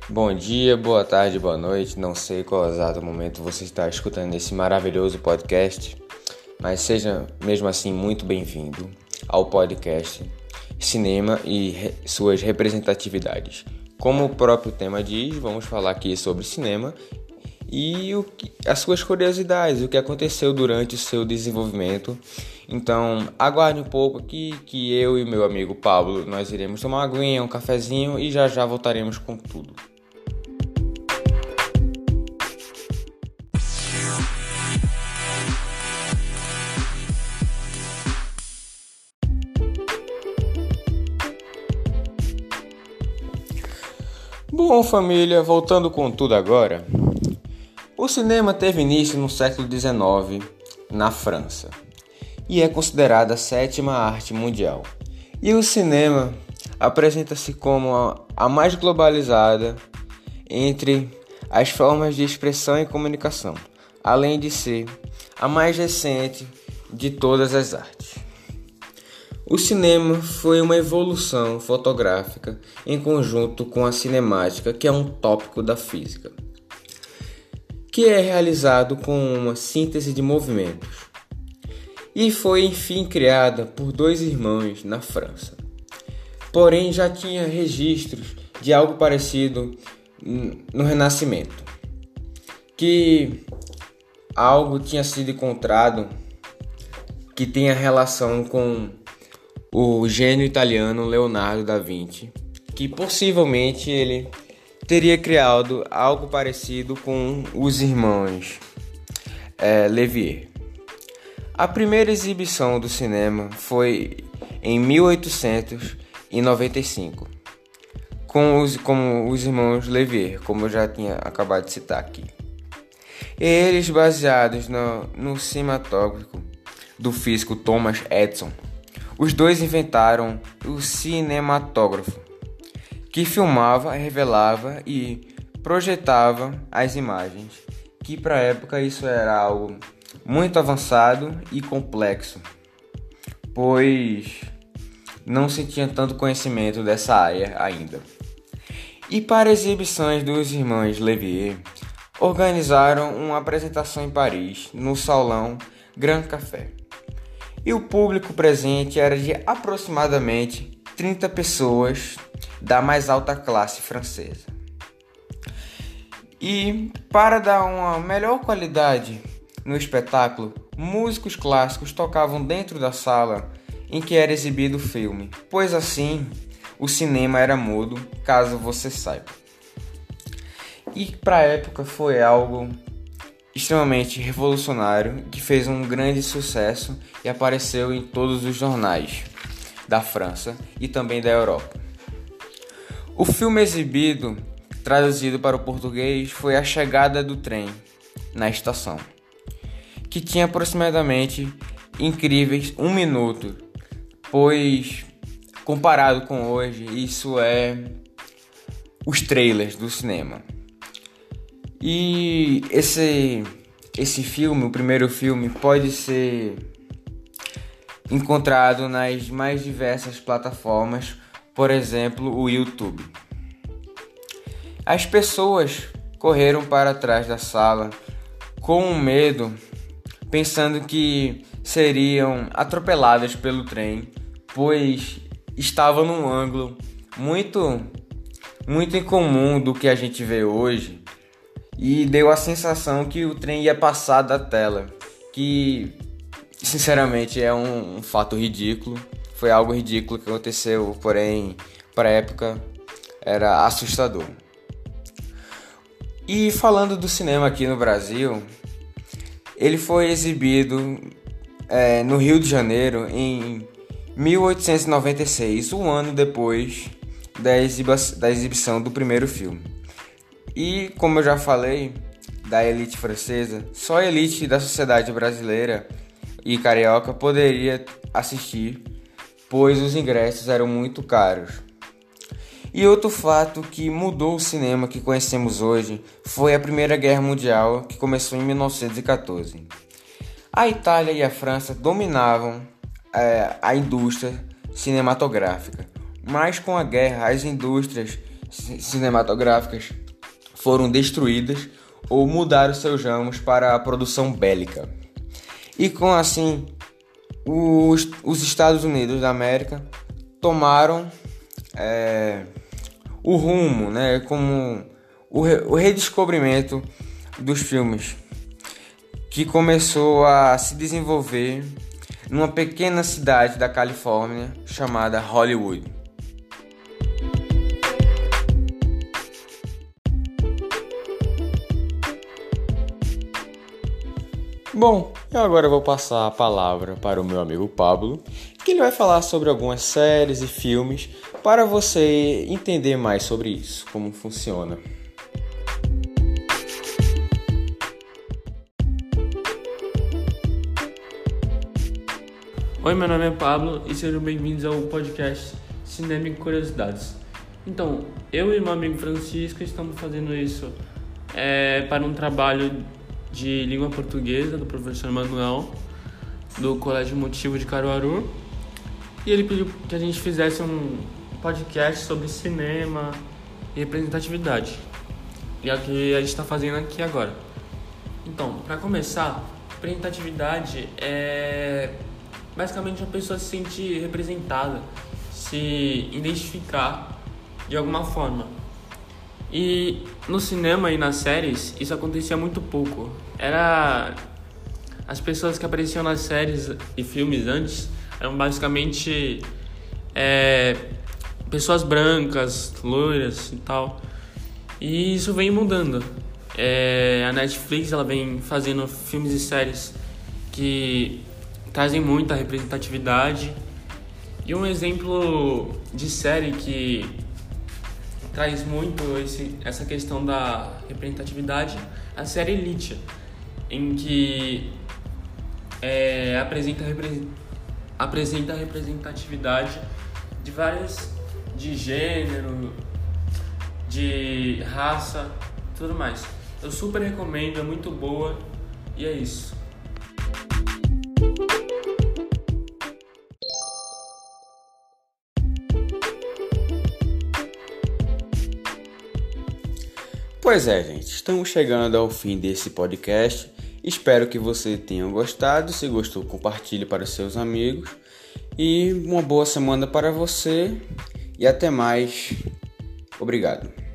Bom dia, boa tarde, boa noite. Não sei qual exato momento você está escutando esse maravilhoso podcast, mas seja mesmo assim muito bem-vindo ao podcast Cinema e suas representatividades. Como o próprio tema diz, vamos falar aqui sobre cinema e as suas curiosidades, o que aconteceu durante o seu desenvolvimento. Então, aguarde um pouco aqui que eu e meu amigo Pablo, nós iremos tomar uma aguinha, um cafezinho e já voltaremos com tudo. Bom, família, voltando com tudo agora, o cinema teve início no século XIX na França e é considerada a sétima arte mundial. E o cinema apresenta-se como a mais globalizada entre as formas de expressão e comunicação, além de ser a mais recente de todas as artes. O cinema foi uma evolução fotográfica em conjunto com a cinemática, que é um tópico da física, que é realizado com uma síntese de movimentos, e foi enfim criada por dois irmãos na França. Porém, já tinha registros de algo parecido no Renascimento, que algo tinha sido encontrado que tenha relação com o gênio italiano Leonardo da Vinci, que possivelmente ele teria criado algo parecido com os irmãos Levier. A primeira exibição do cinema foi em 1895, com os irmãos Levier, como eu já tinha acabado de citar aqui. Eles, baseados no cinematógrafo do físico Thomas Edison, os dois inventaram o cinematógrafo, que filmava, revelava e projetava as imagens, que para a época isso era algo muito avançado e complexo, pois não se tinha tanto conhecimento dessa área ainda. E para exibições dos irmãos Levier, organizaram uma apresentação em Paris, no Salão Grand Café. E o público presente era de aproximadamente 30 pessoas da mais alta classe francesa. E para dar uma melhor qualidade no espetáculo, músicos clássicos tocavam dentro da sala em que era exibido o filme, pois assim o cinema era mudo, caso você saiba. E para a época foi algo extremamente revolucionário, que fez um grande sucesso e apareceu em todos os jornais da França e também da Europa. O filme exibido, traduzido para o português, foi A Chegada do Trem na Estação, que tinha aproximadamente incríveis 1 minuto, pois comparado com hoje, isso é os trailers do cinema. E esse filme, o primeiro filme, pode ser encontrado nas mais diversas plataformas, por exemplo, o YouTube. As pessoas correram para trás da sala com medo, pensando que seriam atropeladas pelo trem, pois estava num ângulo muito incomum do que a gente vê hoje. E deu a sensação que o trem ia passar da tela, que sinceramente é um fato ridículo. Foi algo ridículo que aconteceu, porém para a época era assustador. E falando do cinema aqui no Brasil, ele foi exibido no Rio de Janeiro em 1896, um ano depois da exibição do primeiro filme. E, como eu já falei, da elite francesa, só a elite da sociedade brasileira e carioca poderia assistir, pois os ingressos eram muito caros. E outro fato que mudou o cinema que conhecemos hoje foi a Primeira Guerra Mundial, que começou em 1914. A Itália e a França dominavam a indústria cinematográfica, mas com a guerra as indústrias cinematográficas foram destruídas ou mudaram seus ramos para a produção bélica. E com assim, os Estados Unidos da América tomaram o rumo, né, como o redescobrimento dos filmes, que começou a se desenvolver numa pequena cidade da Califórnia chamada Hollywood. Bom, eu agora vou passar a palavra para o meu amigo Pablo, que ele vai falar sobre algumas séries e filmes para você entender mais sobre isso, como funciona. Oi, meu nome é Pablo e sejam bem-vindos ao podcast Cinema e Curiosidades. Então, eu e meu amigo Francisco estamos fazendo isso para um trabalho de língua portuguesa do professor Manuel, do Colégio Motivo de Caruaru, e ele pediu que a gente fizesse um podcast sobre cinema e representatividade, e é o que a gente está fazendo aqui agora. Então, para começar, representatividade é basicamente a pessoa se sentir representada, se identificar de alguma forma. E no cinema e nas séries isso acontecia muito pouco. As pessoas que apareciam nas séries e filmes antes eram basicamente pessoas brancas, loiras e tal. E isso vem mudando. A Netflix ela vem fazendo filmes e séries que trazem muita representatividade. E um exemplo de série que traz muito essa questão da representatividade é a série Elite, em que apresenta a representatividade de gênero, de raça, tudo mais. Eu super recomendo, é muito boa e é isso. Pois é, gente, estamos chegando ao fim desse podcast. Espero que você tenha gostado. Se gostou, compartilhe para os seus amigos. E uma boa semana para você. E até mais. Obrigado.